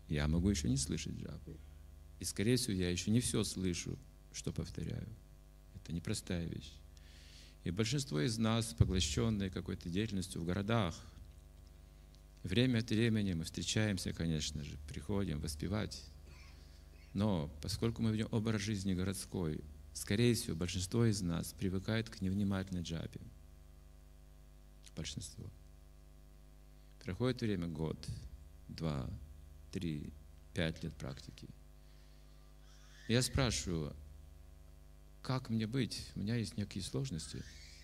я могу еще не слышать джапу. И, скорее всего, я еще не все слышу, что повторяю. Это непростая вещь. И большинство из нас, поглощенные какой-то деятельностью в городах, время от времени мы встречаемся, конечно же, приходим воспевать. Но поскольку мы ведем образ жизни городской, скорее всего, большинство из нас привыкает к невнимательной джапе. Большинство. Проходит время, год, 2, 3, 5 лет практики. Я спрашиваю, как мне быть? У меня есть некие сложности.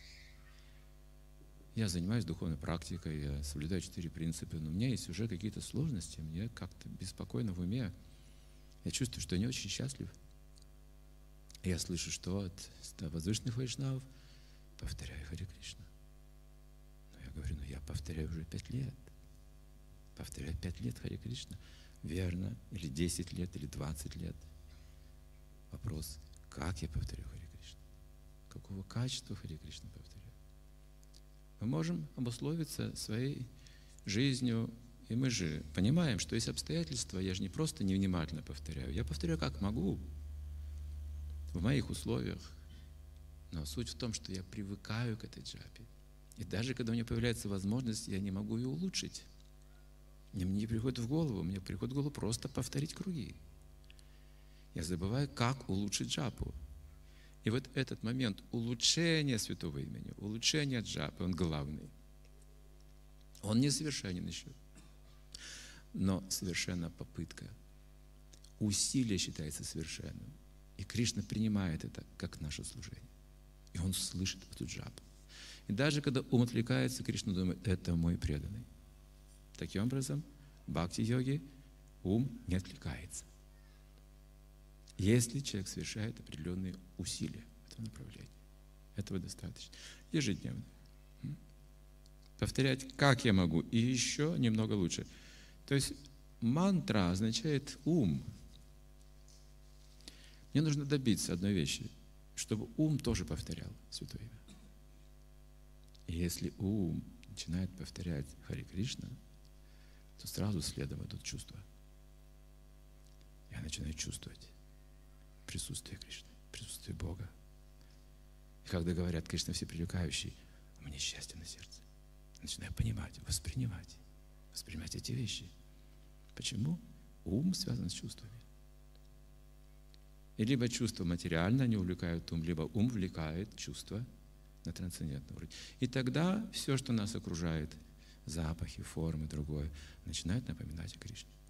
Я занимаюсь духовной практикой, я соблюдаю 4 принципа, но у меня есть уже какие-то сложности, мне как-то беспокойно в уме. Я чувствую, что я не очень счастлив. И я слышу, что от возвышенных вайшнавов повторяю Харе Кришна. Но я говорю, я повторяю уже 5 лет. Повторяю 5 лет Харе Кришна. Верно, или 10 лет, или 20 лет. Вопрос, как я повторю Харе Кришна? Какого качества Харе Кришна повторяю? Мы можем обусловиться своей жизнью, и мы же понимаем, что есть обстоятельства, я же не просто невнимательно повторяю, я повторяю как могу, в моих условиях. Но суть в том, что я привыкаю к этой джапе. И даже когда у меня появляется возможность, я не могу ее улучшить. Мне не приходит в голову, мне приходит в голову просто повторить круги. Я забываю, как улучшить джапу. И вот этот момент улучшения святого имени, улучшения джапы, он главный. Он несовершенен еще. Но совершенна попытка. Усилие считается совершенным. И Кришна принимает это как наше служение. И он слышит эту джапу. И даже когда ум отвлекается, Кришна думает, это мой преданный. Таким образом, в бхакти-йоге ум не отвлекается. Если человек совершает определенные усилия в этом направлении. Этого достаточно. Ежедневно. Повторять, как я могу, и еще немного лучше. То есть мантра означает ум. Мне нужно добиться одной вещи, чтобы ум тоже повторял Святое Имя. И если ум начинает повторять Харе Кришна, то сразу следом идут чувства. Я начинаю чувствовать присутствие Кришны, присутствие Бога. И когда говорят, Кришна всепривлекающий, у меня счастье на сердце. Начинаю понимать, воспринимать эти вещи. Почему? Ум связан с чувствами. И либо чувства материально не увлекают ум, либо ум влекает чувства на трансцендентном уровне. И тогда все, что нас окружает, запахи, формы, другое, начинает напоминать о Кришне.